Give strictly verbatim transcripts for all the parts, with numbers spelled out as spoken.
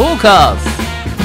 トーカーズ。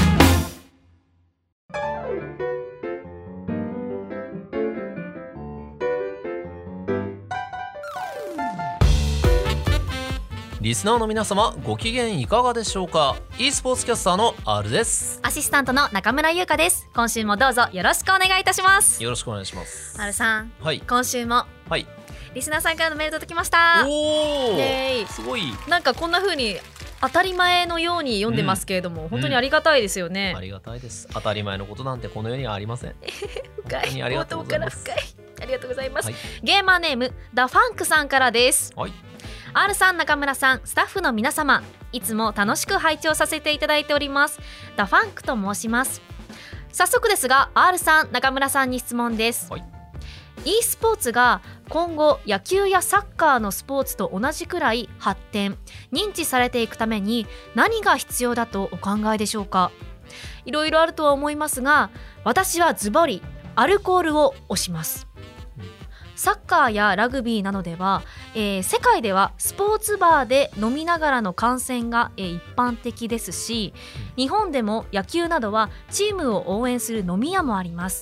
リスナーの皆様、ご機嫌いかがでしょうか。 e スポーツキャスターの R です。 アシスタントの中村優香です。今週もどうぞよろしくお願いいたします。 よろしくお願いします。 R さん、 はい、 今週もはいリスナーさんからのメール届きました。 おイエーイ。 すごい。 なんかこんな風に当たり前のように読んでますけれども、うん、本当にありがたいですよね、 うん、ありがたいです。当たり前のことなんてこの世にはありません。 深い。 ありがとうございます。 冒頭から深い。ありがとうございます、 はい、 ゲーマーネームダファンクさんからです。 はい、 R さん、中村さん、スタッフの皆様、いつも楽しく拝聴させていただいております。ダファンクと申します。早速ですが R さん、中村さんに質問です、はい、e スポーツが今後野球やサッカーのスポーツと同じくらい発展認知されていくために何が必要だとお考えでしょうか。いろいろあるとは思いますが、私はズバリアルコールを推します。サッカーやラグビーなどでは、えー、世界ではスポーツバーで飲みながらの観戦が、えー、一般的ですし、日本でも野球などはチームを応援する飲み屋もあります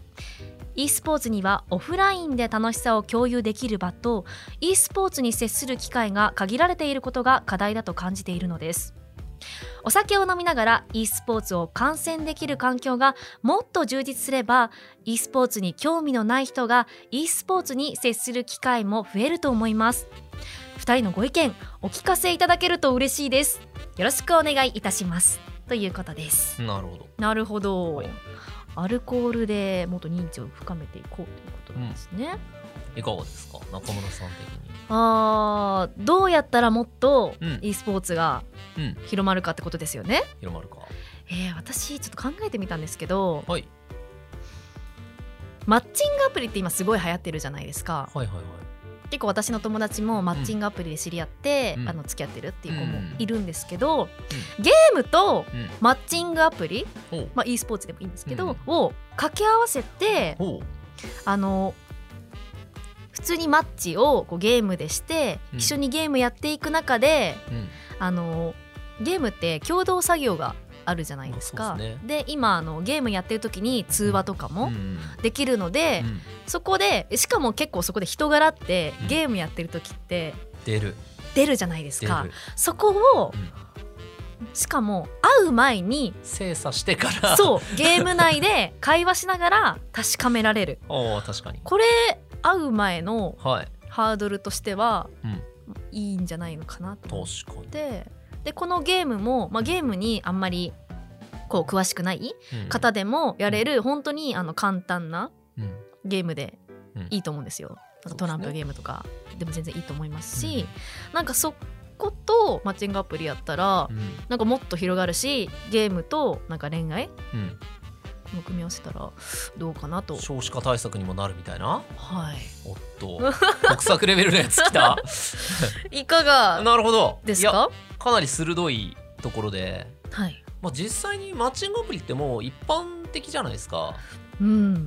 。e スポーツにはオフラインで楽しさを共有できる場と e スポーツに接する機会が限られていることが課題だと感じているのです。お酒を飲みながら e スポーツを観戦できる環境がもっと充実すれば e スポーツに興味のない人が e スポーツに接する機会も増えると思います。ふたりのご意見お聞かせいただけると嬉しいです。よろしくお願いいたします、ということです。なるほどなるほど、はい、アルコールでもっと認知を深めていこうということなんですね、 うん、いかがですか、中村さん的に。 あー、どうやったらもっとうん e スポーツが広まるかってことですよね、 うん、広まるか。 えー、私ちょっと考えてみたんですけど、 はい、 マッチングアプリって今すごい流行ってるじゃないですか。 はいはいはい。 結構私の友達もマッチングアプリで知り合って、うん、あの付き合ってるっていう子もいるんですけど、うん、ゲームとマッチングアプリ、うん、まあ、e スポーツでもいいんですけど、うん、を掛け合わせて、あの普通にマッチをこうゲームでして、うん、一緒にゲームやっていく中で、うん、あのゲームって共同作業があるじゃないですか、まあそうですね、で今あのゲームやってる時に通話とかもできるので、うんうん、そこでしかも結構そこで人柄ってゲームやってる時って出る出るじゃないですか。そこを、うん、しかも会う前に精査してからそうゲーム内で会話しながら確かめられるお確かにこれ会う前のハードルとしては、はい、いいんじゃないのかなと思って、でこのゲームも、まあ、ゲームにあんまりこう詳しくない方でもやれる、うん、本当にあの簡単なゲームでいいと思うんですよ、うん、トランプゲームとかでも全然いいと思いますし、うん、なんかそことマッチングアプリやったら、うん、なんかもっと広がるし、ゲームとなんか恋愛、うんこの組み合わせたらどうかなと。 少子化対策にもなるみたいな。 はい。 おっと国策レベルのやつきたいかがなるほどですか。 かなり鋭いところで、 はいまあ、実際にマッチングアプリってもう一般的じゃないですか、 うん、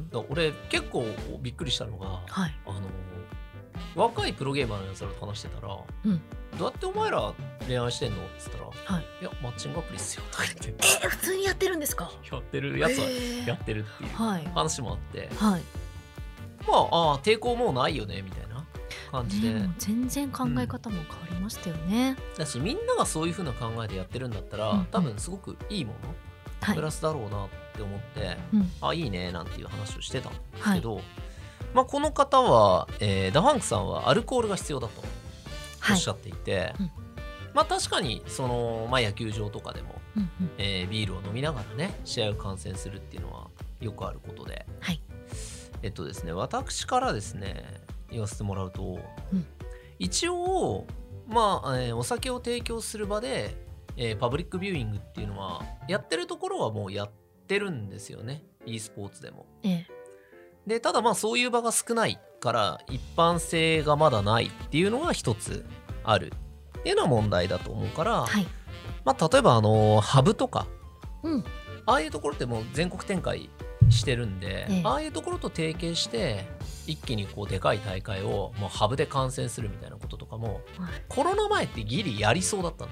だ俺結構びっくりしたのが、はい、あの若いプロゲーマーのやつらと話してたら、うん、どうやってお前ら恋愛してんのって言ったら、はい、いやマッチングアプリっすよとか言って、 えー、普通にやってるんですか。 やってるやつはやってるっていう話もあって、 はい、 まあ、あ抵抗もうないよねみたいな感じで、 ね、もう全然考え方も変わりましたよね、 うん、だしみんながそういう風な考えでやってるんだったら、うん、多分すごくいいもの、プラスだろうなって思って、うん、あいいねなんていう話をしてたんですけど、はいまあ、この方は、えー、ダファンクさんはアルコールが必要だとおっしゃっていて、はいうんまあ、確かにその、まあ、野球場とかでも、うんうんえー、ビールを飲みながらね試合を観戦するっていうのはよくあることで、はいえっとですね、私からですね言わせてもらうと、うん、一応、まあえー、お酒を提供する場で、えー、パブリックビューイングっていうのはやってるところはもうやってるんですよね e スポーツでも、ええでただまあそういう場が少ないから一般性がまだないっていうのが一つあるっていうのは問題だと思うから、はいまあ、例えばあのハブとか、うん、ああいうところってもう全国展開してるんで、ええ、ああいうところと提携して一気にこうでかい大会をもうハブで観戦するみたいなこととかも、はい、コロナ前ってギリやりそうだったんですよ。 あ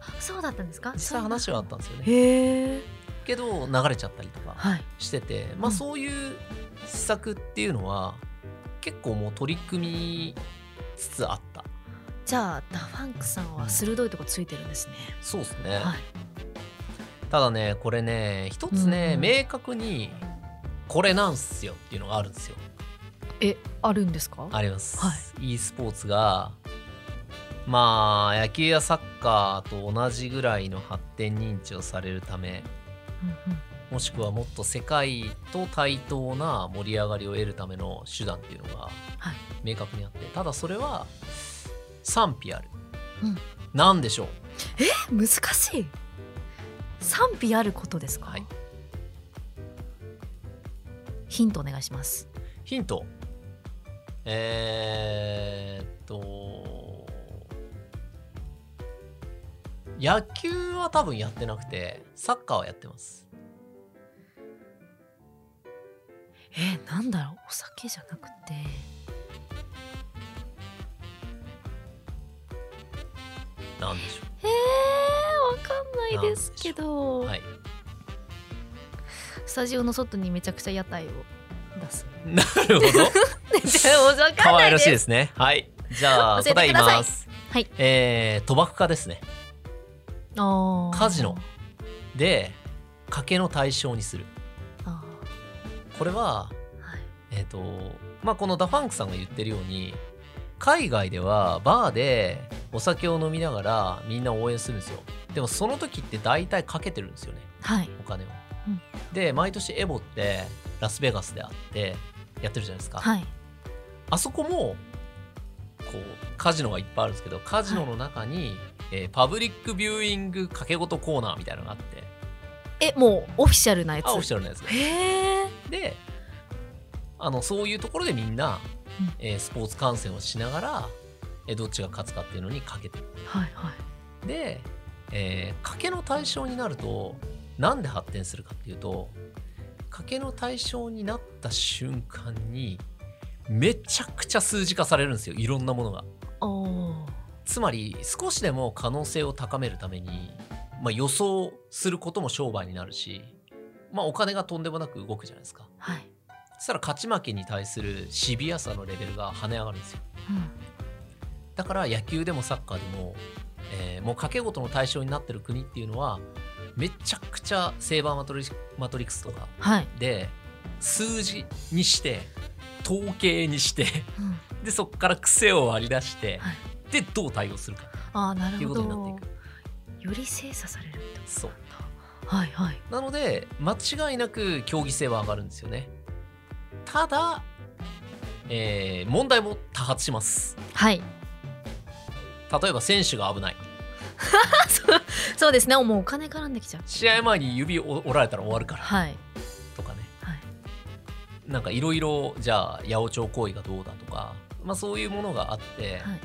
そうだったんですか。 実際話はあったんですよね。 へー。 けど流れちゃったりとかしてて、はい、まあそういう施策っていうのは結構もう取り組みつつあった。 じゃあダファンクさんは鋭いとこついてるんですね。 うん、そうですね、はい、ただねこれね一つね、うん、明確にこれなんすよっていうのがあるんですよ。 え、あるんですか。 あります、はい、e スポーツがまあ野球やサッカーと同じぐらいの発展認知をされるため、うんうん、もしくはもっと世界と対等な盛り上がりを得るための手段っていうのが明確にあって、はい、ただそれは賛否ある、うん、なんでしょう。 え、難しい。賛否あることですか。はい、ヒントお願いします。 ヒントえー、っと野球は多分やってなくてサッカーはやってます。 えー、なんだろう、お酒じゃなくてなんでしょう。 えー、わかんないですけど、はい、スタジオの外にめちゃくちゃ屋台を出す。 なるほど可愛らしいですね。はい、じゃあ答え言います。はい、えー、賭博家ですね。あ、カジノで賭けの対象にする。あ、これは、はい、えーとまあ、このダファンクさんが言ってるように海外ではバーでお酒を飲みながらみんな応援するんですよ。でもその時って大体かけてるんですよね、はい、お金を、うん、で毎年エボってラスベガスであってやってるじゃないですか、はい、あそこもこうカジノがいっぱいあるんですけどカジノの中に、はい、えー、パブリックビューイング賭け事コーナーみたいなのがあって、 え、もうオフィシャルなやつ。 あ、オフィシャルなやつ。 へー。であのそういうところでみんな、うん、えー、スポーツ観戦をしながら、えー、どっちが勝つかっていうのにかけてる、はいはい、で、えー、賭けの対象になるとなんで発展するかっていうと賭けの対象になった瞬間にめちゃくちゃ数字化されるんですよ、いろんなものが。お、つまり少しでも可能性を高めるために、まあ、予想することも商売になるし、まあ、お金がとんでもなく動くじゃないですか、はい、そしたら勝ち負けに対するシビアさのレベルが跳ね上がるんですよ、うん、だから野球でもサッカーでも、えー、もう賭け事の対象になってる国っていうのはめちゃくちゃセーバーマトリマトリックスとかで数字にして統計にして、うん、でそこから癖を割り出して、はい、でどう対応するかっていうことになっていく。 より精査されるってこと。 そう、 はいはい、 なので間違いなく競技性は上がるんですよね。ただ、えー、問題も多発します。はい、例えば選手が危ないそう、そうですね、もうお金絡んできちゃう。 試合前に指折られたら終わるから、はい、とかね、はい、なんかいろいろじゃあ八百長行為がどうだとか、まあ、そういうものがあって、はい、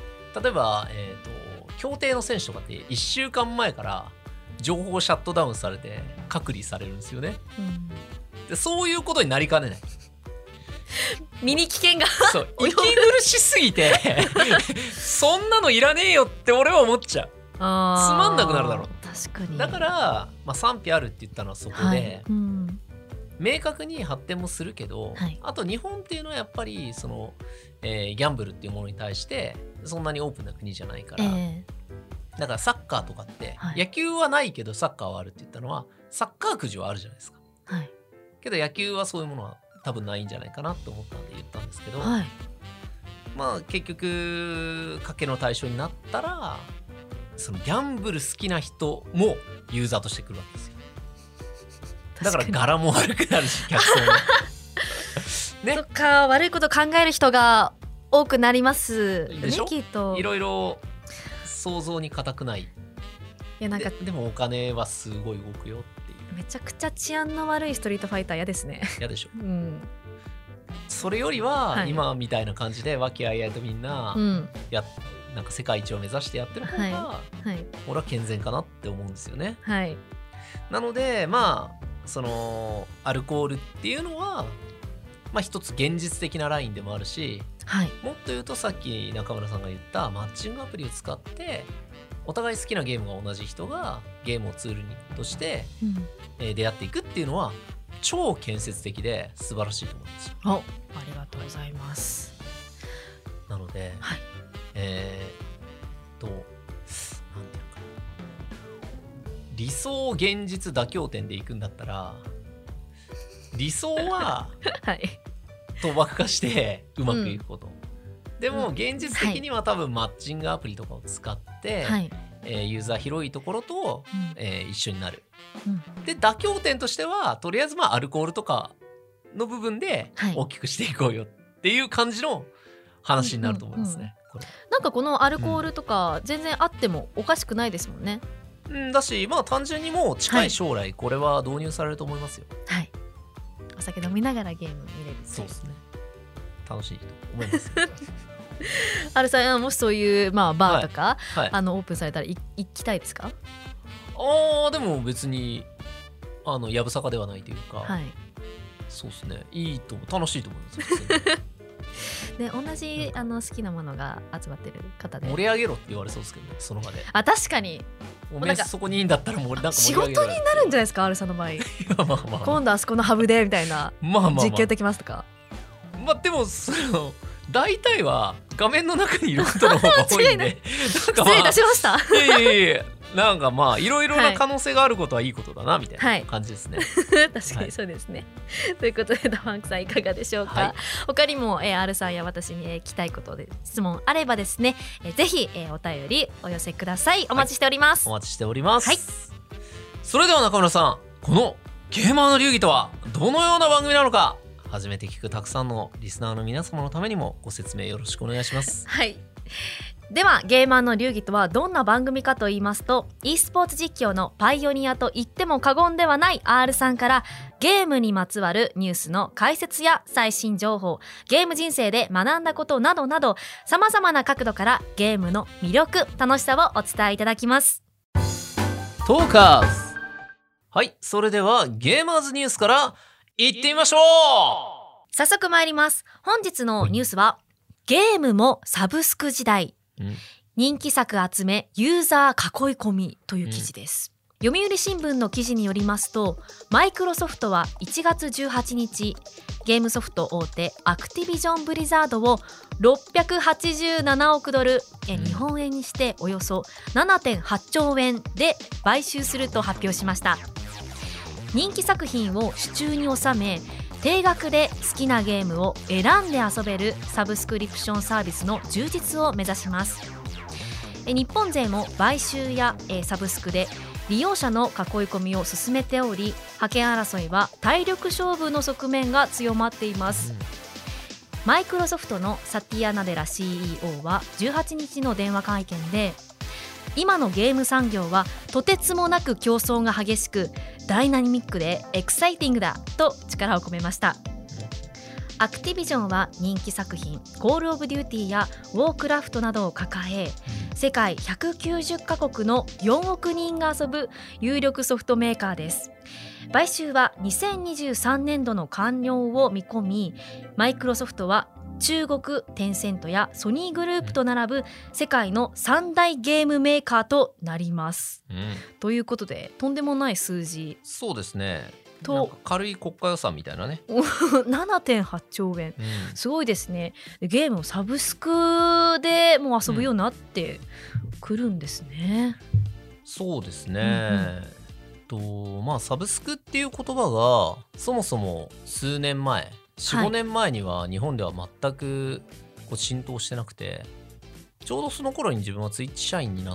例えば、えーと競艇の選手とかっていっしゅうかんまえから情報シャットダウンされて隔離されるんですよね、うん、でそういうことになりかねない身に危険がそう息苦しすぎてそんなのいらねえよって俺は思っちゃう。あ、つまんなくなるだろう。 確かに。 だから、まあ、賛否あるって言ったのはそこで、はい、うん、明確に発展もするけど、はい、あと日本っていうのはやっぱりその、えー、ギャンブルっていうものに対してそんなにオープンな国じゃないから、えー、だからサッカーとかって、はい、野球はないけどサッカーはあるって言ったのはサッカーくじはあるじゃないですか、はい、けど野球はそういうものは多分ないんじゃないかなと思ったんで言ったんですけど、はい、まあ結局賭けの対象になったらそのギャンブル好きな人もユーザーとしてくるわけですよ。だから柄も悪くなるし客層もね、そっか、悪いこと考える人が多くなりますでしょ、ね、きっといろいろ想像に難くない。いや、なんか で, でもお金はすごい動くよっていう。 めちゃくちゃ治安の悪いストリートファイター嫌ですね。 嫌でしょ、うん、それよりは、はい、今みたいな感じで和気あいあいとみんなや、うん、なんか世界一を目指してやってる方が、はいはい、俺は健全かなって思うんですよね、はい、なのでまあそのアルコールっていうのは、まあ、一つ現実的なラインでもあるし、はい、もっと言うとさっき中村さんが言ったマッチングアプリを使ってお互い好きなゲームが同じ人がゲームをツールにとして、うんえー、出会っていくっていうのは超建設的で素晴らしいと思うんですよ。 お、ありがとうございます。 なので、はい、えー、となんていうのかな、理想現実妥協点でいくんだったら理想は賭博化してうまくいくこと、うん、でも現実的には多分マッチングアプリとかを使って、はいえー、ユーザー広いところと、うんえー、一緒になる、うん、で妥協点としてはとりあえずまあアルコールとかの部分で大きくしていこうよっていう感じの話になると思いますね、 うんうんうん、これなんかこのアルコールとか全然あってもおかしくないですもんね、 うん、だしまあ単純にもう近い将来これは導入されると思いますよ。 はい、お酒飲みながらゲーム見れる。 そうですね、楽しいと思いますあれさん、もしそういう、まあ、バーとか、はいはい、あのオープンされたらい行きたいですか？ あーでも別にあのやぶさかではないというか、はい、そうですね、いいと楽しいと思いますで同じあの好きなものが集まってる方で盛り上げろって言われそうですけどね、その場で。 あ、確かにおめえそこにいいんだったらもうなんか仕事になるんじゃないですか、アルさんの場合。まあまあ、まあ、今度あそこのハブでみたいな、まあまあ、まあ、実況できますとか。 まあでもその大体は画面の中にいることの方が多いんでなんか、 まあ、失礼いたしました。 いやいやいやなんかまあいろいろな可能性があることはいいことだなみたいな感じですね、 はい、確かにそうですね、はい、ということでダファンクさんいかがでしょうか、はい、他にも、えー、R さんや私に、えー、聞きたいことで質問あればですね、えー、ぜひ、えー、お便りお寄せください。お待ちしております、 はい、お待ちしております、はい、それでは中村さん、このゲーマーの流儀とはどのような番組なのか、初めて聞くたくさんのリスナーの皆様のためにもご説明よろしくお願いします。 はい、ではゲーマーの流儀とはどんな番組かと言いますと、 e スポーツ実況のパイオニアと言っても過言ではない R さんからゲームにまつわるニュースの解説や最新情報、ゲーム人生で学んだことなどなど、さまざまな角度からゲームの魅力、楽しさをお伝えいただきます。 トーカーズ。はい、それではゲーマーズニュースから行ってみましょう。 早速参ります。本日のニュースはゲームもサブスク時代、うん、人気作集めユーザー囲い込みという記事です、うん、読売新聞の記事によりますと、マイクロソフトはいちがつじゅうはちにち、ゲームソフト大手アクティビジョンブリザードをろっぴゃくはちじゅうななおくドル、え日本円にしておよそ ななてんはちちょうえんで買収すると発表しました。人気作品を手中に収め、定額で好きなゲームを選んで遊べるサブスクリプションサービスの充実を目指します。日本勢も買収やサブスクで利用者の囲い込みを進めており、覇権争いは体力勝負の側面が強まっています、うん、マイクロソフトのサティア・ナデラ シーイーオー はじゅうはちにちの電話会見で、今のゲーム産業はとてつもなく競争が激しくダイナミックでエクサイティングだと力を込めました。アクティビジョンは人気作品コールオブデューティーやウォークラフトなどを抱え、世界ひゃくきゅうじゅっかこくのよんおくにんが遊ぶ有力ソフトメーカーです。買収はにせんにじゅうさんねんどの完了を見込み、マイクロソフトは中国テンセントやソニーグループと並ぶ世界の三大ゲームメーカーとなります、うん、ということでとんでもない数字。 そうですね、となんか軽い国家予算みたいなねななてんはちちょうえん、うん、すごいですね。ゲームをサブスクでもう遊ぶようになってくるんですね、 うん、そうですね、うんうん、とまあサブスクっていう言葉がそもそも数年前 よん,ご 年前には日本では全くこう浸透してなくて、ちょうどその頃に自分はツイッチ社員になって、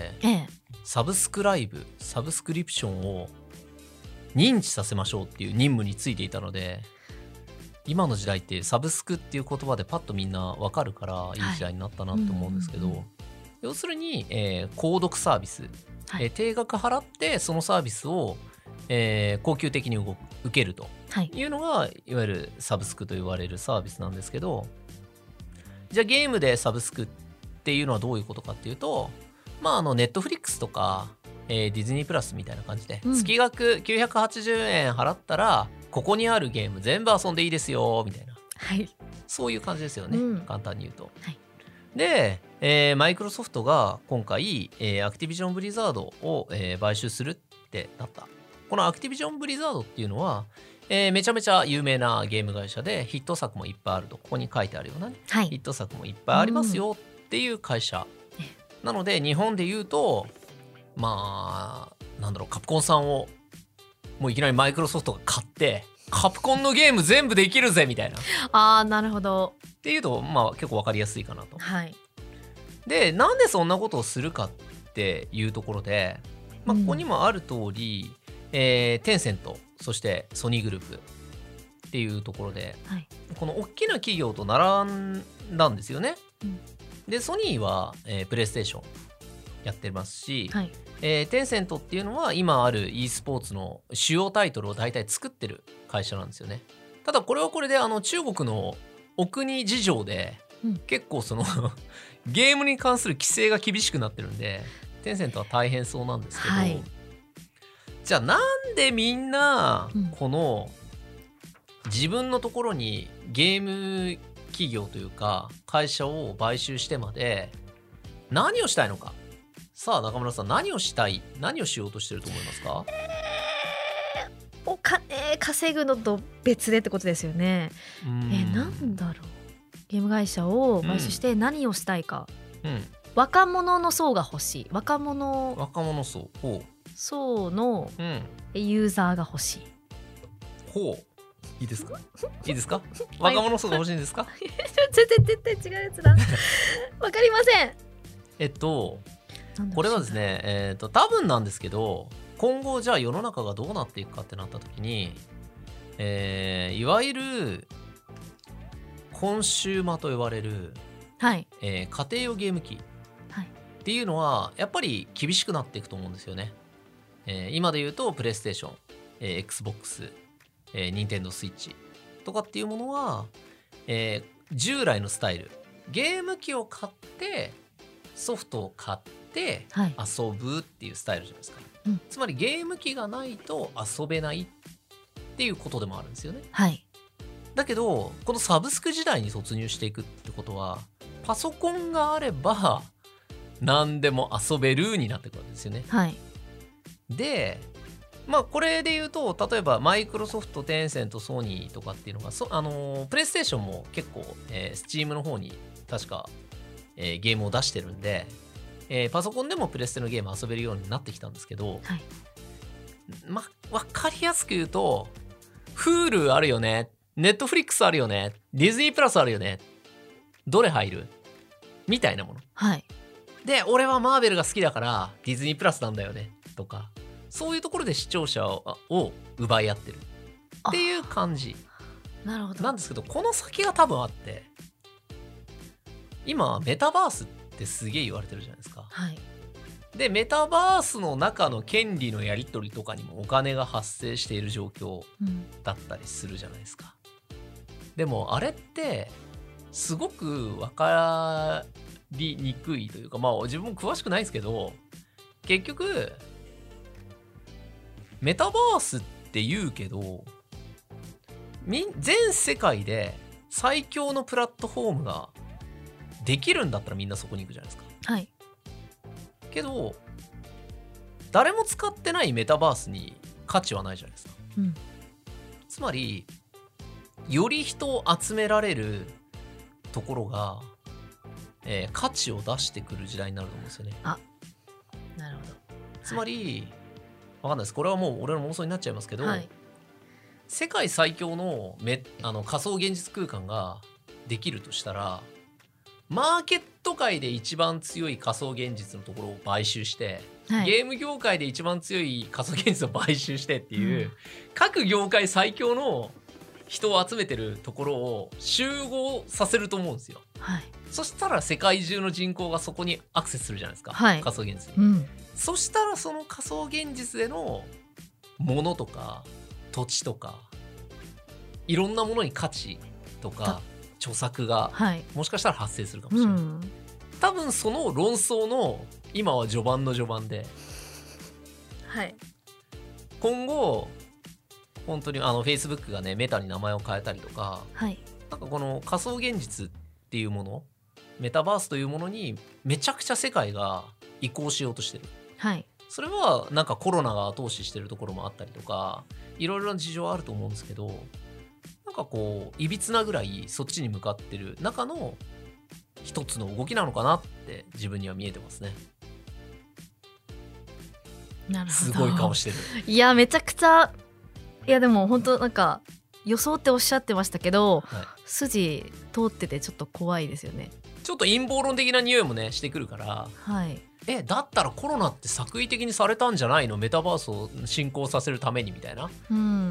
ええ、サブスクライブサブスクリプションを認知させましょうっていう任務についていたので、今の時代ってサブスクっていう言葉でパッとみんな分かるからいい時代になったなって思うんですけど、はいうんうんうん、要するに、えー、購読サービス、はいえー、定額払ってそのサービスを、えー、恒久的に動く受けるというのが、はい、いわゆるサブスクと言われるサービスなんですけど、じゃあゲームでサブスクっていうのはどういうことかっていうと、まああのネットフリックスとか、えー、ディズニープラスみたいな感じで、うん、月額きゅうひゃくはちじゅうえん払ったらここにあるゲーム全部遊んでいいですよみたいな、はい、そういう感じですよね、うん、簡単に言うと、はい、 で、えー、マイクロソフトが今回、えー、アクティビジョン・ブリザードを、えー、買収するってなった。このアクティビジョン・ブリザードっていうのは、えー、めちゃめちゃ有名なゲーム会社でヒット作もいっぱいあると、ここに書いてあるような、ね、はい、ヒット作もいっぱいありますよっていう会社なので、日本で言うとまあなんだろう、カプコンさんをもういきなりマイクロソフトが買ってカプコンのゲーム全部できるぜみたいなあーなるほどっていうと、まあ結構分かりやすいかなと。 はい、 でなんでそんなことをするかっていうところで、まあ、ここにもある通り、うんえー、テンセントそしてソニーグループっていうところで、はい、この大きな企業と並んだんですよね、うん、でソニーは、えー、プレイステーションやってますし、はいえー、テンセントっていうのは今ある e スポーツの主要タイトルを大体作ってる会社なんですよね。ただこれはこれであの中国のお国事情で、うん、結構そのゲームに関する規制が厳しくなってるんでテンセントは大変そうなんですけど、はい、じゃあなんでみんなこの自分のところにゲーム企業というか会社を買収してまで何をしたいのか。さあ中村さん、何をしたい、何をしようとしてると思いますか？ えー、お金稼ぐのと別でってことですよね。えー、なんだろう、ゲーム会社を買収して何をしたいか、うんうん、若者の層が欲しい、若者若者層ほう層のユーザーが欲しい、 うん、ほういいですかいいですか若者層が欲しいんですか全然絶対違うやつだわかりません。 えっとこれはですね、えーと、多分なんですけど今後じゃあ世の中がどうなっていくかってなった時に、えー、いわゆるコンシューマーと呼ばれる、はいえー、家庭用ゲーム機っていうのはやっぱり厳しくなっていくと思うんですよね、えー、今で言うとプレイステーション、えー、Xbox、えー、ニンテンドースイッチとかっていうものは、えー、従来のスタイル、ゲーム機を買ってソフトを買って遊ぶっていうスタイルじゃないですか、はいうん、つまりゲーム機がないと遊べないっていうことでもあるんですよね、はい、だけどこのサブスク時代に突入していくってことはパソコンがあれば何でも遊べるになってくるんですよね、はい、でまあこれで言うと例えばマイクロソフト、テンセント、ソニーとかっていうのがそあのー、プレイステーションも結構、えー、Steam の方に確かえー、ゲームを出してるんで、えー、パソコンでもプレステのゲーム遊べるようになってきたんですけど、はい、ま分かりやすく言うと Hulu あるよね、Netflix あるよね、ディズニープラスあるよね、どれ入るみたいなもの、はい、で俺はマーベルが好きだからディズニープラスなんだよねとか、そういうところで視聴者を、を奪い合ってるっていう感じなるほどなんですけど、この先が多分あって今メタバースってすげえ言われてるじゃないですか、はい、でメタバースの中の権利のやり取りとかにもお金が発生している状況だったりするじゃないですか、うん、でもあれってすごく分かりにくいというか、まあ自分も詳しくないですけど結局メタバースって言うけど全世界で最強のプラットフォームができるんだったらみんなそこに行くじゃないですか。はい。けど誰も使ってないメタバースに価値はないじゃないですか。うん、つまりより人を集められるところが、えー、価値を出してくる時代になると思うんですよね。あ、なるほど。つまりわかんないです。これはもう俺の妄想になっちゃいますけど、はい、世界最強のメあの仮想現実空間ができるとしたら。マーケット界で一番強い仮想現実のところを買収して、はい、ゲーム業界で一番強い仮想現実を買収してっていう、うん、各業界最強の人を集めてるところを集合させると思うんですよ、はい、そしたら世界中の人口がそこにアクセスするじゃないですか、はい、仮想現実に、うん、そしたらその仮想現実でのものとか土地とかいろんなものに価値とか著作がもしかしたら発生するかもしれない、はいうん、多分その論争の今は序盤の序盤で、はい、今後本当にあの Facebook がねメタに名前を変えたりとか、はい、なんかこの仮想現実っていうものメタバースというものにめちゃくちゃ世界が移行しようとしてる、 はい、 それはなんかコロナが後押ししてるところもあったりとかいろいろな事情はあると思うんですけど、なんかこういびつなぐらいそっちに向かってる中の一つの動きなのかなって自分には見えてますね。 なるほど。 すごい顔してる。 いやめちゃくちゃ、いやでも本当なんか予想っておっしゃってましたけど、はい、筋通っててちょっと怖いですよね。 ちょっと陰謀論的な匂いもねしてくるから、 はい、 えだったらコロナって作為的にされたんじゃないの、メタバースを進行させるためにみたいな、うん、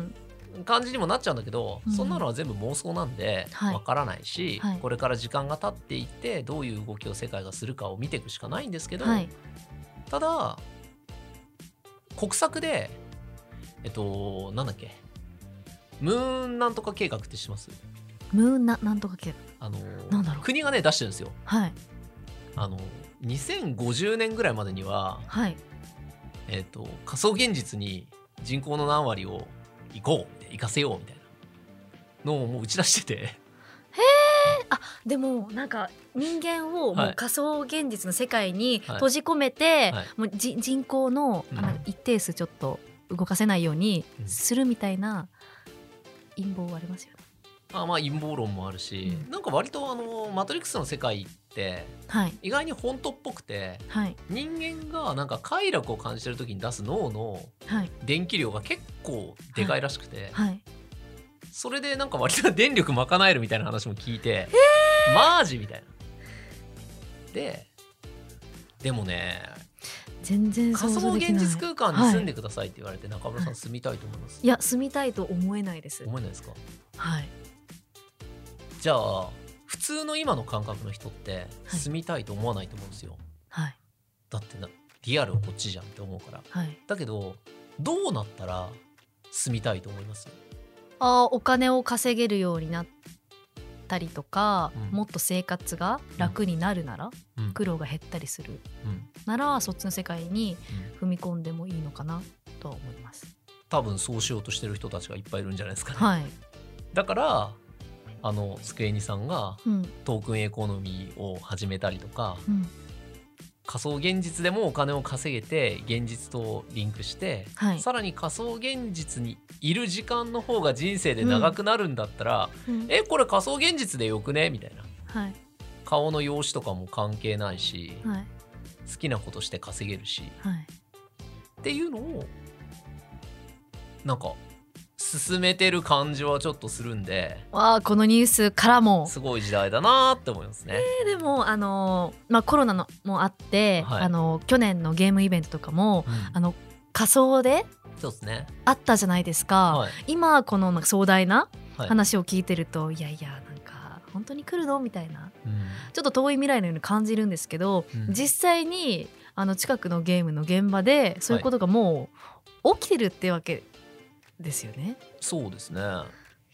感じにもなっちゃうんだけど、うん、そんなのは全部妄想なんでわからないし、はい、これから時間が経っていってどういう動きを世界がするかを見ていくしかないんですけど、はい、ただ国策でえっとなんだっけムーンなんとか計画って知ってます？ ムーン な, なんとか計画、 あのなんだろう、 国がね出してるんですよ、 はい、 あのにせんごじゅうねんぐらいまでには、はい、えっと仮想現実に人口の何割を行こう行かせようみたいなのをもう打ち出してて、へー、 あでもなんか人間をもう仮想現実の世界に閉じ込めて、はいはい、もうじ人口 の, あの一定数ちょっと動かせないようにするみたいな陰謀はありますよね。 あまあ陰謀論もあるし、うん、なんか割とあのマトリックスの世界って意外に本当っぽくて、はい、人間がなんか快楽を感じてる時に出す脳の電気量が結構でかいらしくて、はいはい、それでなんか割と電力賄えるみたいな話も聞いて、マジみたいな。ででもね全然想像できない。 仮想現実空間に住んでくださいって言われて、はい、中村さん住みたいと思います？ いや住みたいと思えないです。 思えないですか？ はい。 じゃあ普通の今の感覚の人って住みたいと思わないと思うんですよ、はい、だってなリアルはこっちじゃんって思うから、はい、だけどどうなったら住みたいと思います？ あお金を稼げるようになったりとか、うん、もっと生活が楽になるなら、うん、苦労が減ったりする、うん、ならそっちの世界に踏み込んでもいいのかなとは思います。 多分そうしようとしてる人たちがいっぱいいるんじゃないですかね、 はい、 だからあのスクエニさんがトークンエコノミーを始めたりとか、うん、仮想現実でもお金を稼げて現実とリンクして、はい、さらに仮想現実にいる時間の方が人生で長くなるんだったら、うん、えこれ仮想現実でよくねみたいな、はい、顔の容姿とかも関係ないし、はい、好きなことして稼げるし、はい、っていうのをなんか進めてる感じはちょっとするんで、 わあこのニュースからもすごい時代だなって思いますね、 えー、でもあの、まあ、コロナのもあって、はい、あの去年のゲームイベントとかも、うん、あの仮想でそうですねあったじゃないですか、はい、今このなんか壮大な話を聞いてると、はい、いやいやなんか本当に来るのみたいな、うん、ちょっと遠い未来のように感じるんですけど、うん、実際にあの近くのゲームの現場でそういうことがもう起きてるってわけですよね。 そうですね。だ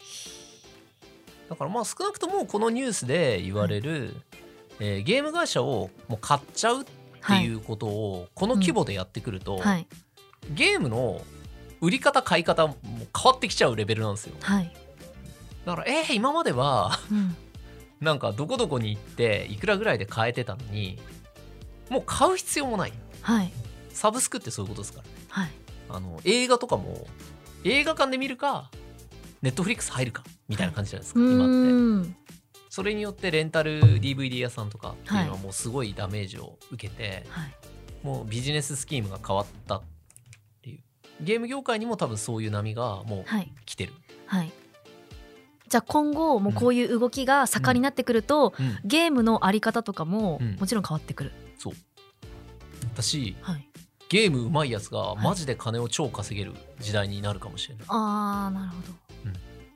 からまあ少なくともこのニュースで言われる、はいえー、ゲーム会社をもう買っちゃうっていうことをこの規模でやってくると、はいうんはい、ゲームの売り方買い方も変わってきちゃうレベルなんですよ、はい、だからえー、今までは、うん、なんかどこどこに行っていくらぐらいで買えてたのにもう買う必要もない、はい、サブスクってそういうことですから、ねはい、あの映画とかも映画館で見るかネットフリックス入るかみたいな感じじゃないですか、はい、今ってそれによってレンタル ディーブイディー 屋さんとかっていうのはもうすごいダメージを受けて、はい、もうビジネススキームが変わったっていうゲーム業界にも多分そういう波がもう来てる、はいはい、 じゃあ今後もうこういう動きが盛んになってくると、うんうん、ゲームのあり方とかももちろん変わってくる、 うん、そう私、はいゲームうまいやつがマジで金を超稼げる時代になるかもしれない、 はい、あーなるほど、うん、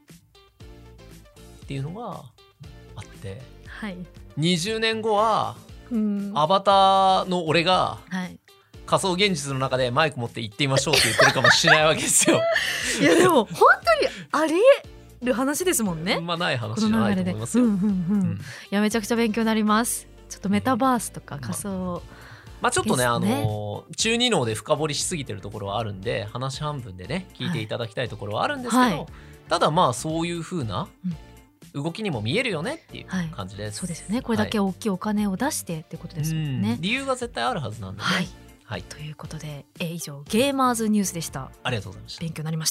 っていうのがあって、 はい、 にじゅうねんごはうんアバターの俺が、はい、仮想現実の中でマイク持って行ってみましょうって言ってるかもしれないわけですよいやでも本当にありえる話ですもんね。 まあない話じゃないと思いますよ、うんうんうんうん、いやめちゃくちゃ勉強になります。ちょっとメタバースとか仮想、まあまあ、ちょっと ね, ねあの中二脳で深掘りしすぎてるところはあるんで話半分でね聞いていただきたいところはあるんですけど、はい、ただまあそういう風な動きにも見えるよねっていう感じです、 はい、そうですよね。これだけ大きいお金を出してってことですもんね、 はい、理由が絶対あるはずなんでね、 はいはい、ということで、えー、以上ゲーマーズニュースでした。 ありがとうございました。 勉強になりました。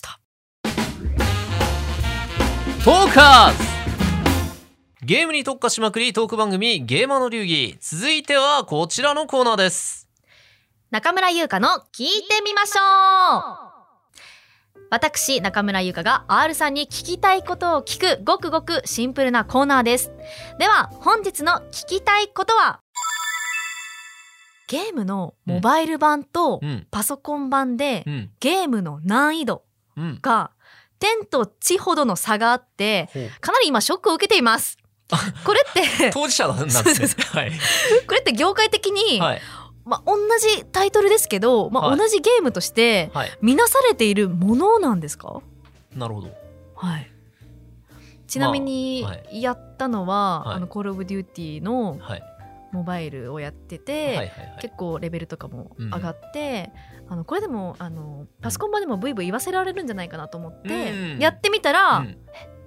トーカーズ、ゲームに特化しまくりトーク番組ゲーマーの流儀。続いてはこちらのコーナーです。 中村優香の聞いてみましょう。私中村優香が R さんに聞きたいことを聞くごくごくシンプルなコーナーです。では本日の聞きたいことは、ゲームのモバイル版とパソコン版でゲームの難易度が天と地ほどの差があってかなり今ショックを受けています。これって当事者なんですね。はい、 これって業界的に、はい、まあ、同じタイトルですけど、まあ、同じゲームとして見なされているものなんですか？はい、 なるほど、 はい、ちなみにやったのは、まあ、はい、あのコールオブデューティーのモバイルをやってて、はいはいはい、結構レベルとかも上がって、うん、あのこれでもあのパソコン版でもブイブイ言わせられるんじゃないかなと思ってやってみたら、うん、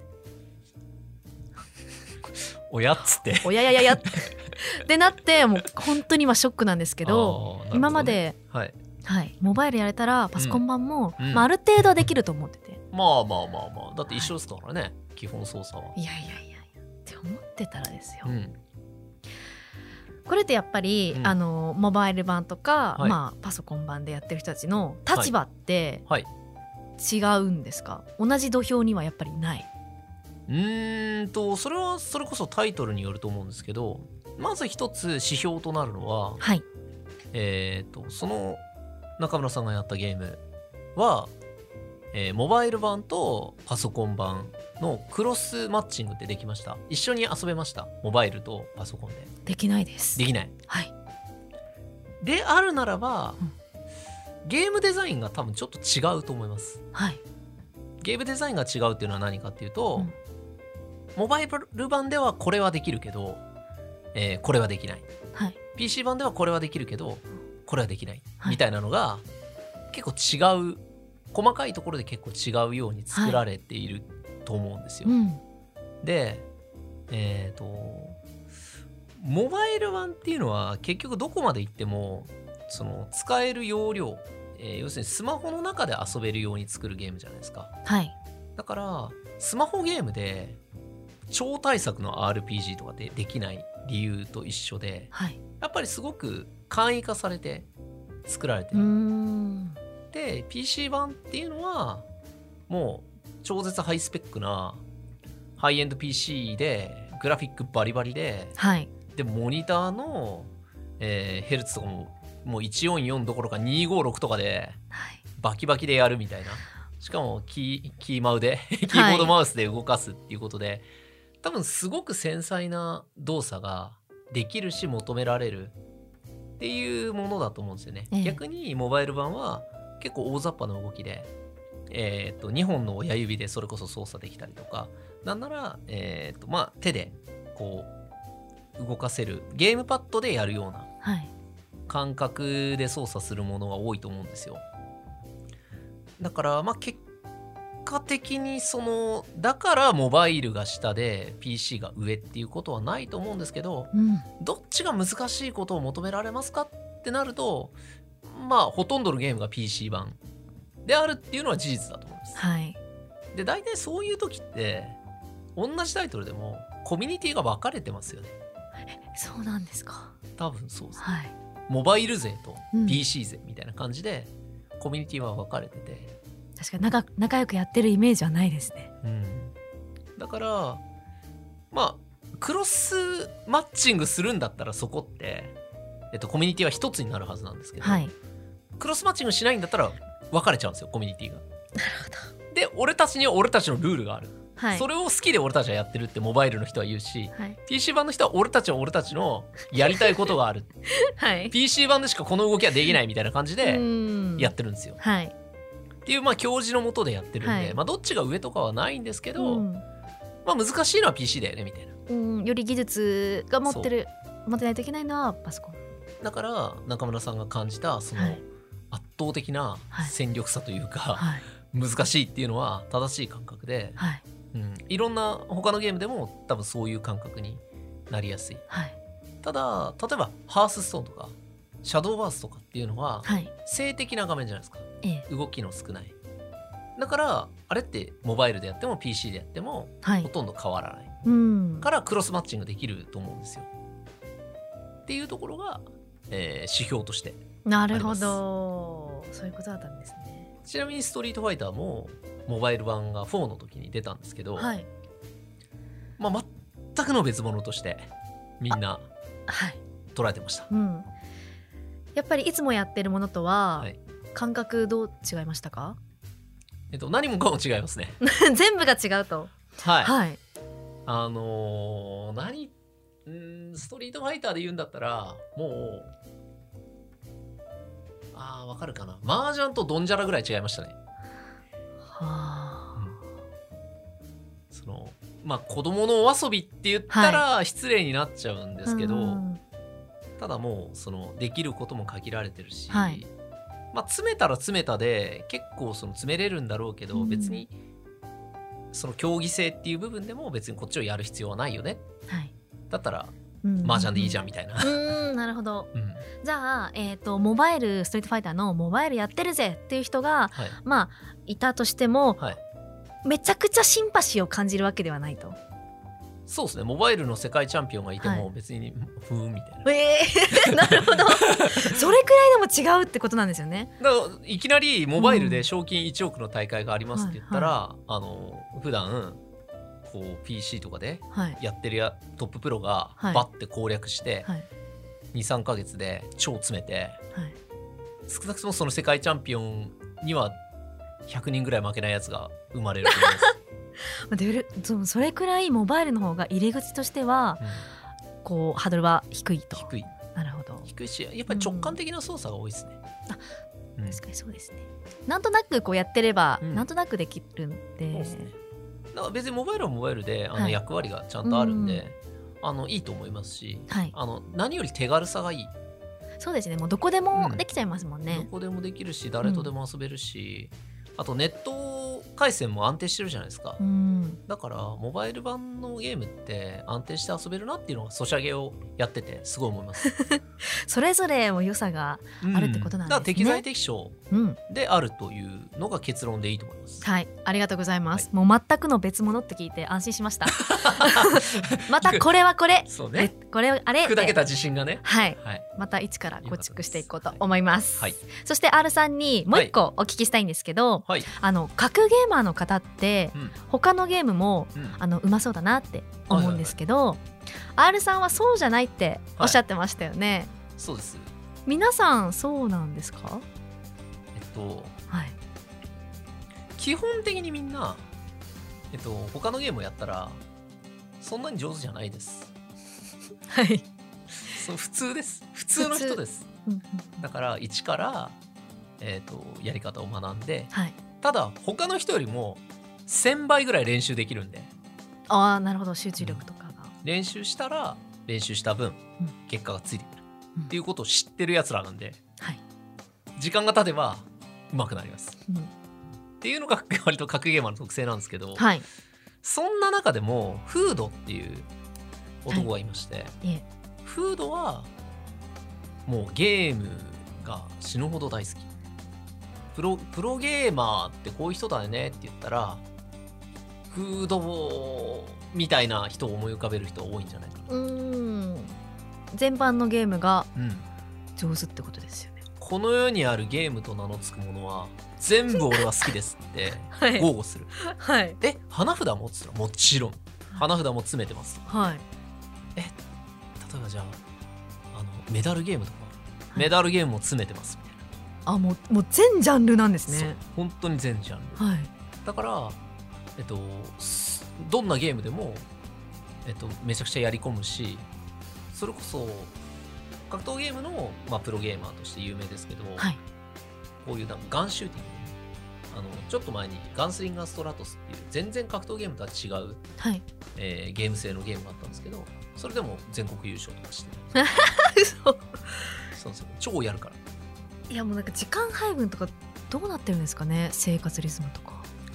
おやっつっておややややってなって、もう本当に今ショックなんですけど、あ、ね、今まで、はいはい、モバイルやれたらパソコン版も、うん、まあ、ある程度はできると思ってて、 まあまあまあまあだって一緒ですからね、はい、基本操作は。 いやいやいやいやって思ってたらですよ、うん、これってやっぱり、うん、あのモバイル版とか、はい、まあ、パソコン版でやってる人たちの立場って違うんですか？はいはい、同じ土俵にはやっぱりない？ うーんとそれはそれこそタイトルによると思うんですけど、まず一つ指標となるのは、はい、えー、とその中村さんがやったゲームは、えー、モバイル版とパソコン版のクロスマッチングってできました？一緒に遊べました？モバイルとパソコンで。 できないです。 できない、 はい、 であるならば、うん、ゲームデザインが多分ちょっと違うと思います、はい、ゲームデザインが違うっていうのは何かっていうと、うん、モバイル版ではこれはできるけど、えー、これはできない、はい、ピーシー 版ではこれはできるけどこれはできない、はい、みたいなのが結構違う、細かいところで結構違うように作られていると思うんですよ、はい、うん、でえっとモバイル版っていうのは結局どこまで行ってもその使える容量、えー、要するにスマホの中で遊べるように作るゲームじゃないですか、はい、だからスマホゲームで超大作の アールピージー とかでできない理由と一緒で、はい、やっぱりすごく簡易化されて作られてる。うーんで ピーシー 版っていうのはもう超絶ハイスペックなハイエンド ピーシー でグラフィックバリバリで、はい、でモニターの、えー、ヘルツとかももういちよんよんどころかにひゃくごじゅうろくとかでバキバキでやるみたいな、しかもキー、キーマウでキーボードマウスで動かすっていうことで、はい、多分すごく繊細な動作ができるし求められるっていうものだと思うんですよね、ええ、逆にモバイル版は結構大雑把な動きで、えー、とにほんの親指でそれこそ操作できたりとか、なんなら、えーとまあ、手でこう動かせるゲームパッドでやるような感覚で操作するものが多いと思うんですよ。だからまあ結果的にそのだからモバイルが下で ピーシー が上っていうことはないと思うんですけど、うん、どっちが難しいことを求められますかってなると、まあほとんどのゲームが ピーシー 版であるっていうのは事実だと思います、はい、で大体そういう時って同じタイトルでもコミュニティが分かれてますよね。 そうなんですか？ 多分そうですね、はい、モバイル勢と ピーシー 勢みたいな感じで、うん、コミュニティは分かれてて、 確かに 仲, 仲良くやってるイメージはないですね、 うん、だからまあクロスマッチングするんだったらそこって、えっと、コミュニティは一つになるはずなんですけど、はい、クロスマッチングしないんだったら分かれちゃうんですよコミュニティが。なるほど。で俺たちには俺たちのルールがある、はい、それを好きで俺たちはやってるってモバイルの人は言うし、はい、ピーシー 版の人は俺たちは俺たちのやりたいことがある、はい、ピーシー 版でしかこの動きはできないみたいな感じでやってるんですよ、はい、っていうまあ教示のもとでやってるんで、はい、まあ、どっちが上とかはないんですけど、うん、まあ、難しいのは ピーシー だよねみたいな、 うん、より技術が持ってる持ってないといけないのはパソコンだから、中村さんが感じたその圧倒的な戦力差というか、はいはい、難しいっていうのは正しい感覚で、はい、 うん、いろんな他のゲームでも多分そういう感覚になりやすい、 はい、 ただ例えばハースストーンとかシャドーバースとかっていうのは、はい、静的な画面じゃないですか、ええ、動きの少ない。だからあれってモバイルでやっても ピーシー でやってもほとんど変わらない、うん、からクロスマッチングできると思うんですよっていうところが、えー、指標としてあります。なるほど、 そういうことだったんですね。 ちなみにストリートファイターもモバイル版がフォーの時に出たんですけど、はい、まあ、全くの別物としてみんな捉えてました、はい、うん、 やっぱりいつもやってるものとは感覚どう違いましたか？ えっと、何もかも違いますね全部が違うと、 はい、はい、あのー、何んストリートファイターで言うんだったらもうあーわかるかな、麻雀とドンジャラぐらい違いましたね。はあ、うん、そのまあ子供のお遊びって言ったら失礼になっちゃうんですけど、はい、ただもうそのできることも限られてるし、はい、まあ、詰めたら詰めたで結構その詰めれるんだろうけど、うん、別にその競技性っていう部分でも別にこっちをやる必要はないよね、はい、だったら麻雀でいいじゃんみたいな、 うんうん、なるほど、うん、じゃあ、えーと、モバイルストリートファイターのモバイルやってるぜっていう人が、はい、まあいたとしても、はい、めちゃくちゃシンパシーを感じるわけではないと。 そうですね、モバイルの世界チャンピオンがいても別に、はい、ふーんみたいな、 えー、なるほどそれくらいでも違うってことなんですよね。 だからいきなりモバイルで賞金いちおくの大会がありますって言ったら、うん、はいはい、あの普段こう ピーシー とかでやってるや、はい、トッププロがバッて攻略して、はい、にさんかげつで超詰めて、はい、少なくともその世界チャンピオンにはひゃくにんぐらい負けないやつが生まれると思いますでそれくらいモバイルの方が入り口としては、うん、こうハードルは低いと。 低い、 なるほど、 低いし、やっぱり直感的な操作が多いですね、 うん、あ、うん、確かにそうですね。なんとなくこうやってれば、うん、なんとなくできるんで、そうですね。 だから別にモバイルはモバイルであの役割がちゃんとあるんで、はい、あのいいと思いますし、はい、あの何より手軽さがいい。 そうですね、もうどこでもできちゃいますもんね、 うん、どこでもできるし誰とでも遊べるし、うん、あとネット回線も安定してるじゃないですか、うん、だからモバイル版のゲームって安定して遊べるなっていうのがソシャゲをやっててすごい思いますそれぞれも良さがあるってことなんですね、うん、だから適材適所であるというのが結論でいいと思います、 うん、はい、ありがとうございます、はい、もう全くの別物って聞いて安心しましたまたこれはこれそうね、 これあれ砕けた自信がね、 はい、はい、また一から構築していこうと思います、はい、そして R さんにもう一個お聞きしたいんですけど、はい、あの格ゲーマーの方って、うん、他のゲームも、うん、あのうまそうだなって思うんですけど、はいはいはい、R さんはそうじゃないっておっしゃってましたよね、はい、 そうです。 皆さんそうなんですか？ えっと、はい、基本的にみんな、えっと、他のゲームをやったらそんなに上手じゃないですはい、 そう普通です。普通の人です、うん、だから一から、えーと、やり方を学んで、はい、ただ他の人よりもせんばいぐらい練習できるんで。 ああ、なるほど、集中力とかが、うん、 練習したら練習した分、うん、結果がついてくる、うん、っていうことを知ってるやつらなんで、はい、時間が経てば上手くなります、うん、っていうのが割と格ゲーマーの特性なんですけど、はい、そんな中でもフードっていう男がいまして、はい、フードはもうゲームが死ぬほど大好き。プロ、プロゲーマーってこういう人だよねって言ったらフードみたいな人を思い浮かべる人多いんじゃないかな。うーん、 全般のゲームが上手ってことですよね、 うん、この世にあるゲームと名の付くものは全部俺は好きですって豪語する、はい、え、花札持ってたらもちろん花札も詰めてます、はい、え、例えばじゃあ、あのメダルゲームとか、はい、メダルゲームも詰めてますみたいな。 あ、もう、もう全ジャンルなんですね。 そう、本当に全ジャンル、はい、だから、えっと、どんなゲームでも、えっと、めちゃくちゃやり込むし、それこそ格闘ゲームの、まあ、プロゲーマーとして有名ですけど、はい、こういうなんかガンシューティング、あのちょっと前にガンスリンガーストラトスっていう全然格闘ゲームとは違う、はい、えー、ゲーム性のゲームがあったんですけど、それでも全国優勝とかしてそうそうそう、超やるから。 いや、もうなんか時間配分とかどうなってるんですかね、生活リズムとか。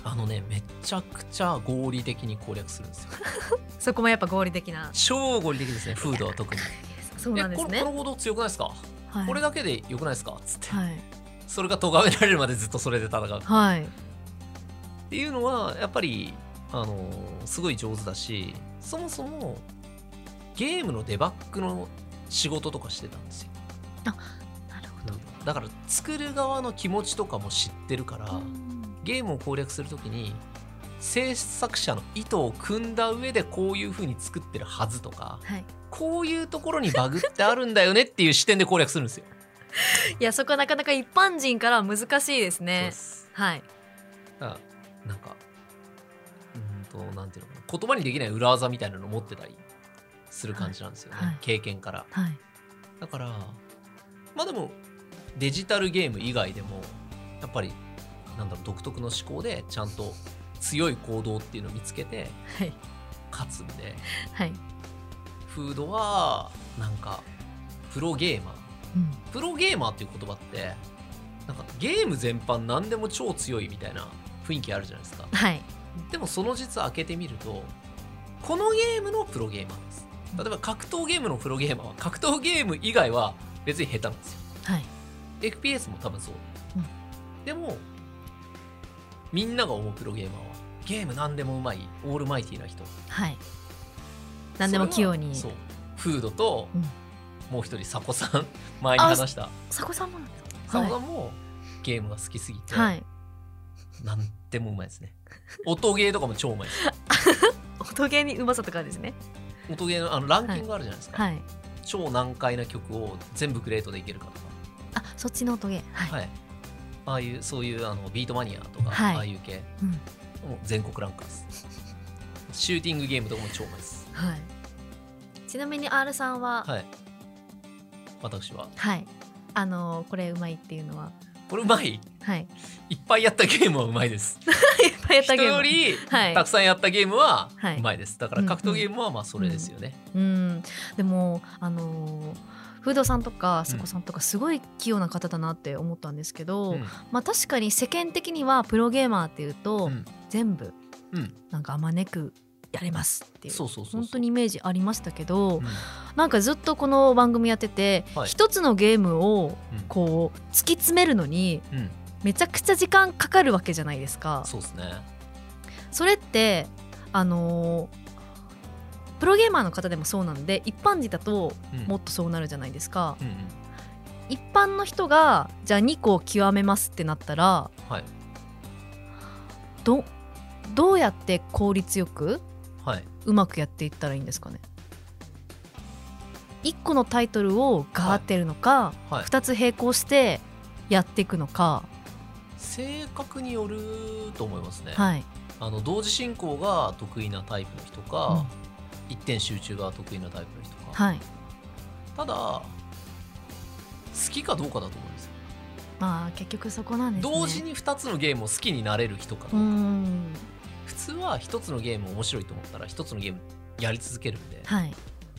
あのねめちゃくちゃ合理的に攻略するんですよそこもやっぱ合理的な、 超合理的ですね。フードは特にそうなんですね。 このボード強くないですか、はい、これだけでよくないですかつって、 はい、 それが咎められるまでずっとそれで戦う、 はい、 っていうのはやっぱりあのすごい上手だし、そもそもゲームのデバッグの仕事とかしてたんですよ。 あ、なるほど。 だから作る側の気持ちとかも知ってるから、ゲームを攻略するときに制作者の意図を組んだ上でこういう風に作ってるはずとか、はい、こういうところにバグってあるんだよねっていう視点で攻略するんですよいや、そこはなかなか一般人からは難しいですね。そうです、はい。 だからなんかうんとなんていうのかな、言葉にできない裏技みたいなのを持ってたりする感じなんですよね、はい、経験から、はい、だからまあでもデジタルゲーム以外でもやっぱりなんだろう、独特の思考でちゃんと強い行動っていうのを見つけて勝つんで、はい、フードはなんかプロゲーマー、うん、プロゲーマーっていう言葉ってなんかゲーム全般何でも超強いみたいな雰囲気あるじゃないですか、はい、でもその実開けてみるとこのゲームのプロゲーマーです。例えば格闘ゲームのプロゲーマーは格闘ゲーム以外は別に下手なんですよ、はい、エフピーエス も多分そう、うん、でもみんなが思うプロゲーマーはゲーム何でもうまいオールマイティーな人、はい、 何でも器用に。 そう、フードと、うん、もう一人サコさん前に話したサコさんもなんですか。 サコさんもゲームが好きすぎて、はい、何でもうまいですね。音ゲーとかも超うまいです音ゲーにうまさとかですね。 音ゲー の, あのランキングあるじゃないですか、はいはい、超難解な曲を全部グレートでいけるかとか。 あ、そっちの音ゲー、はい、はい、 ああいうそういうあのビートマニアとか、はい、ああいう系、うん、もう全国ランカーです。シューティングゲームとかも超うまいです、はい、 ちなみに R さんは、はい、 私は、 はい、あのー、これうまいっていうのはこれうまい、はい、いっぱいやったゲームはうまいですいっぱいやったゲーム人より、はい、たくさんやったゲームはうまいです。だから格闘ゲームはまあそれですよね、 うんうんうん、でもあのーフードさんとかサコさんとかすごい器用な方だなって思ったんですけど、うん、まあ確かに世間的にはプロゲーマーっていうと、うん、全部なんかあまねくやれますっていう本当にイメージありましたけど、うん、なんかずっとこの番組やってて、はい、一つのゲームをこう突き詰めるのにめちゃくちゃ時間かかるわけじゃないですか。 そうですね。 それってあのープロゲーマーの方でもそうなんで一般人だともっとそうなるじゃないですか、うんうんうん、一般の人がじゃあにこ極めますってなったら、はい、ど, どうやって効率よく、はい、うまくやっていったらいいんですかね。いっこのタイトルをガーってやるのか、はいはい、ふたつ並行してやっていくのか性格によると思いますね、はい、あの同時進行が得意なタイプの人か、うん、一点集中が得意なタイプの人か、はい、ただ好きかどうかだと思うんですよ。 まあ結局そこなんですね。 同時にふたつのゲームを好きになれる人かどうか。うん普通はひとつのゲーム面白いと思ったらひとつのゲームやり続けるんで、はい、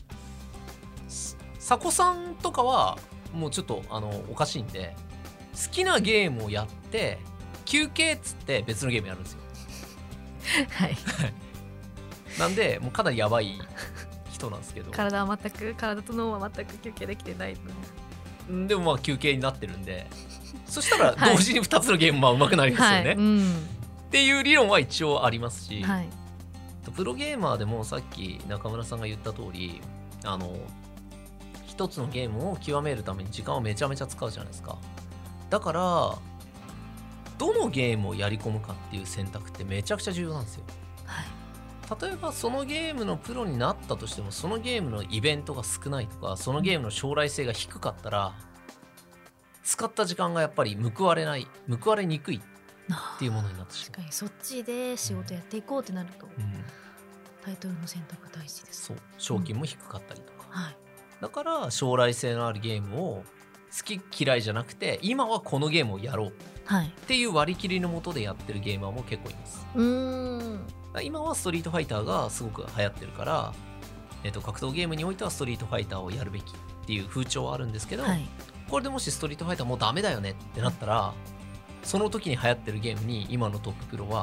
サコさんとかはもうちょっとあのおかしいんで好きなゲームをやって休憩っつって別のゲームやるんですよはいなんでもうかなりやばい人なんですけど体は全く体と脳は全く休憩できてないでもまあ休憩になってるんでそしたら同時にふたつのゲームまあ上手くなりますよね、はいはいうん、っていう理論は一応ありますし、はい、プロゲーマーでもさっき中村さんが言った通りあの一つのゲームを極めるために時間をめちゃめちゃ使うじゃないですか。だからどのゲームをやり込むかっていう選択ってめちゃくちゃ重要なんですよ、はい例えばそのゲームのプロになったとしてもそのゲームのイベントが少ないとかそのゲームの将来性が低かったら使った時間がやっぱり報われない報われにくいっていうものになってしまう。 確かにそっちで仕事やっていこうってなると、うん、タイトルの選択大事です。 そう賞金も低かったりとか、うんはい、だから将来性のあるゲームを好き嫌いじゃなくて今はこのゲームをやろうっていう割り切りのもとでやってるゲーマーも結構います。うーん今はストリートファイターがすごく流行ってるから、えー、と格闘ゲームにおいてはストリートファイターをやるべきっていう風潮はあるんですけど、はい、これでもしストリートファイターもうダメだよねってなったらその時に流行ってるゲームに今のトッププロは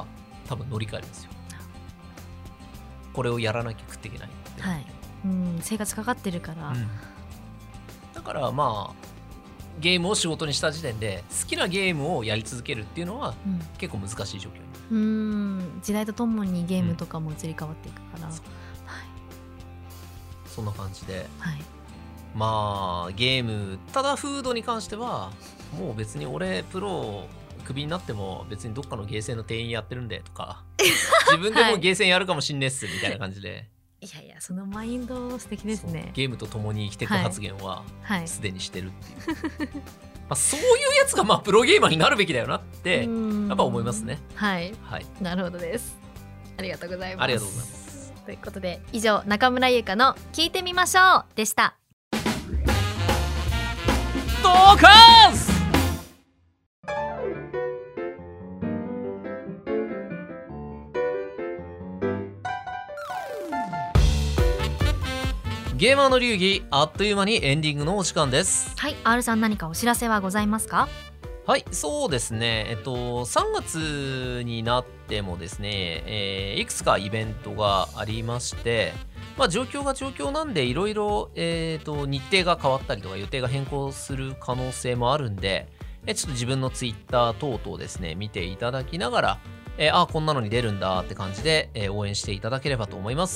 多分乗り換えるんですよ。これをやらなきゃ食っていけないって、 はい、うん生活かかってるから、うん、 だからまあゲームを仕事にした時点で好きなゲームをやり続けるっていうのは、うん、結構難しい状況に、 うん、時代とともにゲームとかも移り変わっていくから、うん、そ, はい、 そんな感じで、 はい、 まあゲームただフードに関してはもう別に俺プロクビになっても別にどっかのゲーセンの店員やってるんでとか自分でもゲーセンやるかもしんねっすみたいな感じで、 いやいやそのマインド素敵ですね。 ゲームと共に生きていく発言はすでにしてるっていう、はいはい、まあそういうやつがまあプロゲーマーになるべきだよなってやっぱ思いますね。 はい、はい、なるほどです。ありがとうございます。 ありがとうございます。 ということで以上中村優香の聞いてみましょうでした。 ドーカーズゲーマーの流儀あっという間にエンディングのお時間です。 はい、 R さん何かお知らせはございますか？ はい、そうですね、えっと、さんがつになってもですね、えー、いくつかイベントがありまして、まあ、状況が状況なんでいろいろ日程が変わったりとか予定が変更する可能性もあるんで、えちょっと自分のツイッター等々ですね見ていただきながら、えー、あこんなのに出るんだって感じで、えー、応援していただければと思います。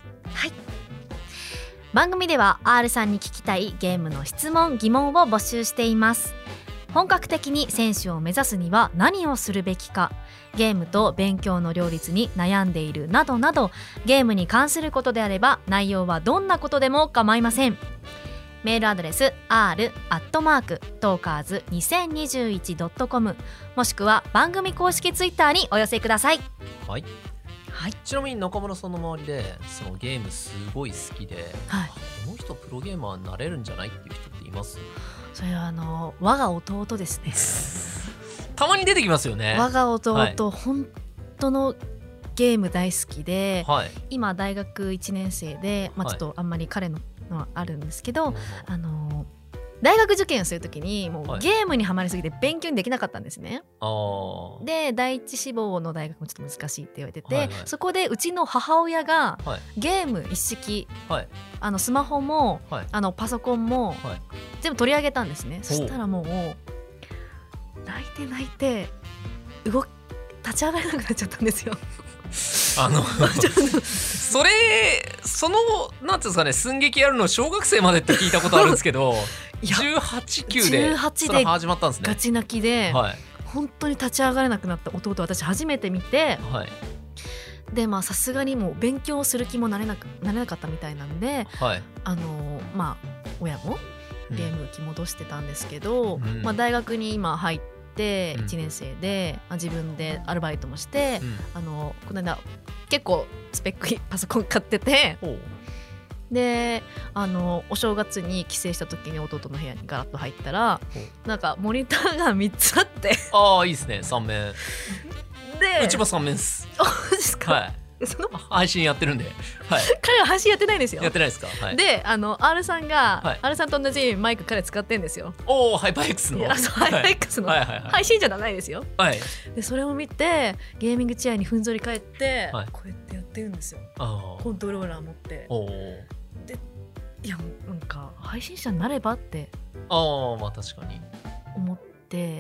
はい、番組では R さんに聞きたいゲームの質問疑問を募集しています。本格的に選手を目指すには何をするべきか、ゲームと勉強の両立に悩んでいるなどなど、ゲームに関することであれば内容はどんなことでも構いません。メールアドレス アール アットマーク トーカーズにせんにじゅういち ドットコム もしくは番組公式ツイッターにお寄せください。 はい、はい、ちなみに中村さんの周りでそのゲームすごい好きで、はい、この人プロゲーマーになれるんじゃないっていう人っています？ それはあの我が弟ですねたまに出てきますよね。 我が弟、はい、本当のゲーム大好きで、はい、今大学いちねん生で、まあ、ちょっとあんまり彼ののはあるんですけど、はい、あの大学受験をするときにもうゲームにはまりすぎて勉強にできなかったんですね。 はい、 で第一志望の大学もちょっと難しいって言われてて、はいはい、そこでうちの母親がゲーム一式、はい、あのスマホも、はい、あのパソコンも、はい、全部取り上げたんですね。そしたらもう泣いて泣いて動き立ち上がれなくなっちゃったんですよあのそれそのなんていうんですかね、寸劇やるの小学生までって聞いたことあるんですけどじゅうはち、きゅうでそれ始まったんですね。 ガチ泣きで、はい、本当に立ち上がれなくなった弟を私初めて見て、はい、でまあさすがにもう勉強する気もなれなくなれなかったみたいなんで、はい、あのまあ親もゲーム気戻してたんですけど、うんまあ、大学に今入ってでいちねん生で、うん、自分でアルバイトもして、うん、あのこの間結構スペックいいパソコン買ってて、であのお正月に帰省した時に弟の部屋にガラッと入ったらなんかモニターがみっつあってああいいですね、さん面でうちもさん面です。 そうですか、 はいその配信やってるんで、はい、 彼は配信やってないんですよ。 やってないですか、はい、 であの R さんが、はい、R さんと同じマイク彼使ってんですよ。 おおハイパー X の、いやそうハイパー X の、はいはいはいはい、配信じゃないですよ、はい、でそれを見てゲーミングチェアにふんぞり返って、はい、こうやってやってるんですよ。コントローラー持って。おでいやなんか配信者になればってあまあ確かに思って、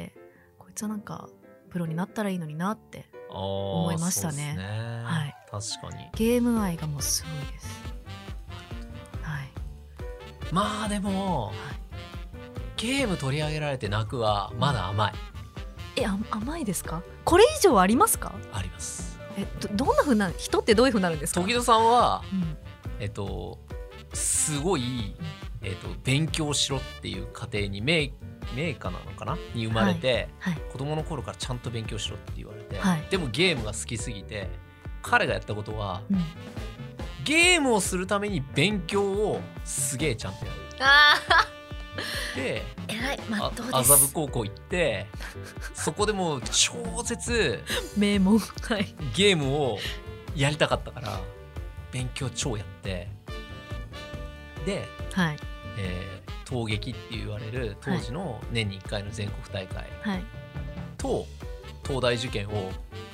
こいつはなんかプロになったらいいのになって思いました ね, ね、はい、 確かにゲーム愛がもうすごいです、はい、 まあでも、はい、ゲーム取り上げられて泣くはまだ甘い。 えあ甘いですか？これ以上ありますか？ あります。 え ど, どんな風な人ってどういう風になるんですか？ 時戸さんは、うん、えっとすごい、えっと、勉強しろっていう家庭に名名家なのかなに生まれて、はいはい、子供の頃からちゃんと勉強しろって言われて、はい、でもゲームが好きすぎて彼がやったことは、うん、ゲームをするために勉強をすげえちゃんとやる。あでえらいまっとうです。 麻布高校行ってそこでもう超絶名門、はい、 ゲームをやりたかったから勉強超やってで、はいえー東劇って言われる当時の年にいっかいの全国大会と東大受験を、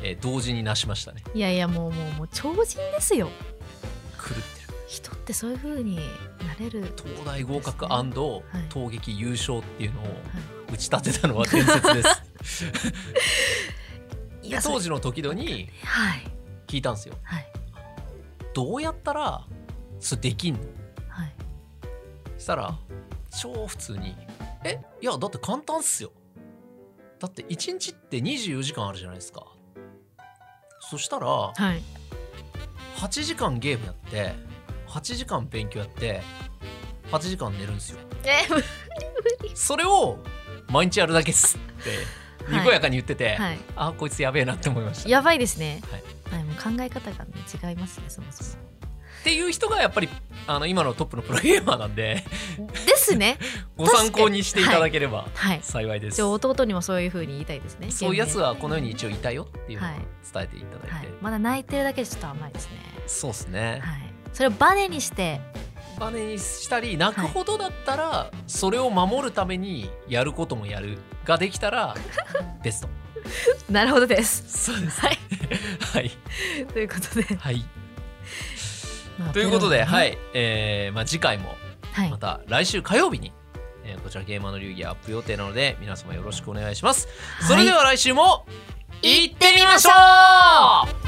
えー、同時になしましたね。 いやいやもうもうもう超人ですよ。 狂ってる。 人ってそういう風になれる、ね、 東大合格&陶撃優勝っていうのを打ち立てたのは伝説です、はい、いや当時の時戸に聞いたんですよ、はい、どうやったらそれできんの、はい、そしたら超普通にえいやだって簡単っすよ、だっていちにちってにじゅうよじかんあるじゃないですか。そしたら、はい、はちじかんゲームやってはちじかん勉強やってはちじかん寝るんですよ。 え無理無理。 それを毎日やるだけっすってにこやかに言ってて、はい、あこいつやべえなって思いました。 やばいですね、はい、もう考え方が、ね、違いますねそもそも。 っていう人がやっぱりあの今のトップのプロゲーマーなんでですねご参考にしていただければ幸いです、 はいはい、じゃあ弟にもそういう風に言いたいですね。 そういうやつはこの世に一応いたよっていうのを伝えていただいて、はいはい、 まだ泣いてるだけでちょっと甘いですね。 そうですね、 はい、それをバネにしてバネにしたり泣くほどだったら、はい、それを守るためにやることもやるができたらベストなるほどです。 そうです、 はい、 はい、 ということで、 はい、まあ、ということで、ね、はい、えーまあ、次回もまた来週火曜日に、はい、えー、こちらゲーマーの流儀アップ予定なので皆様よろしくお願いします、はい、それでは来週も行ってみましょう。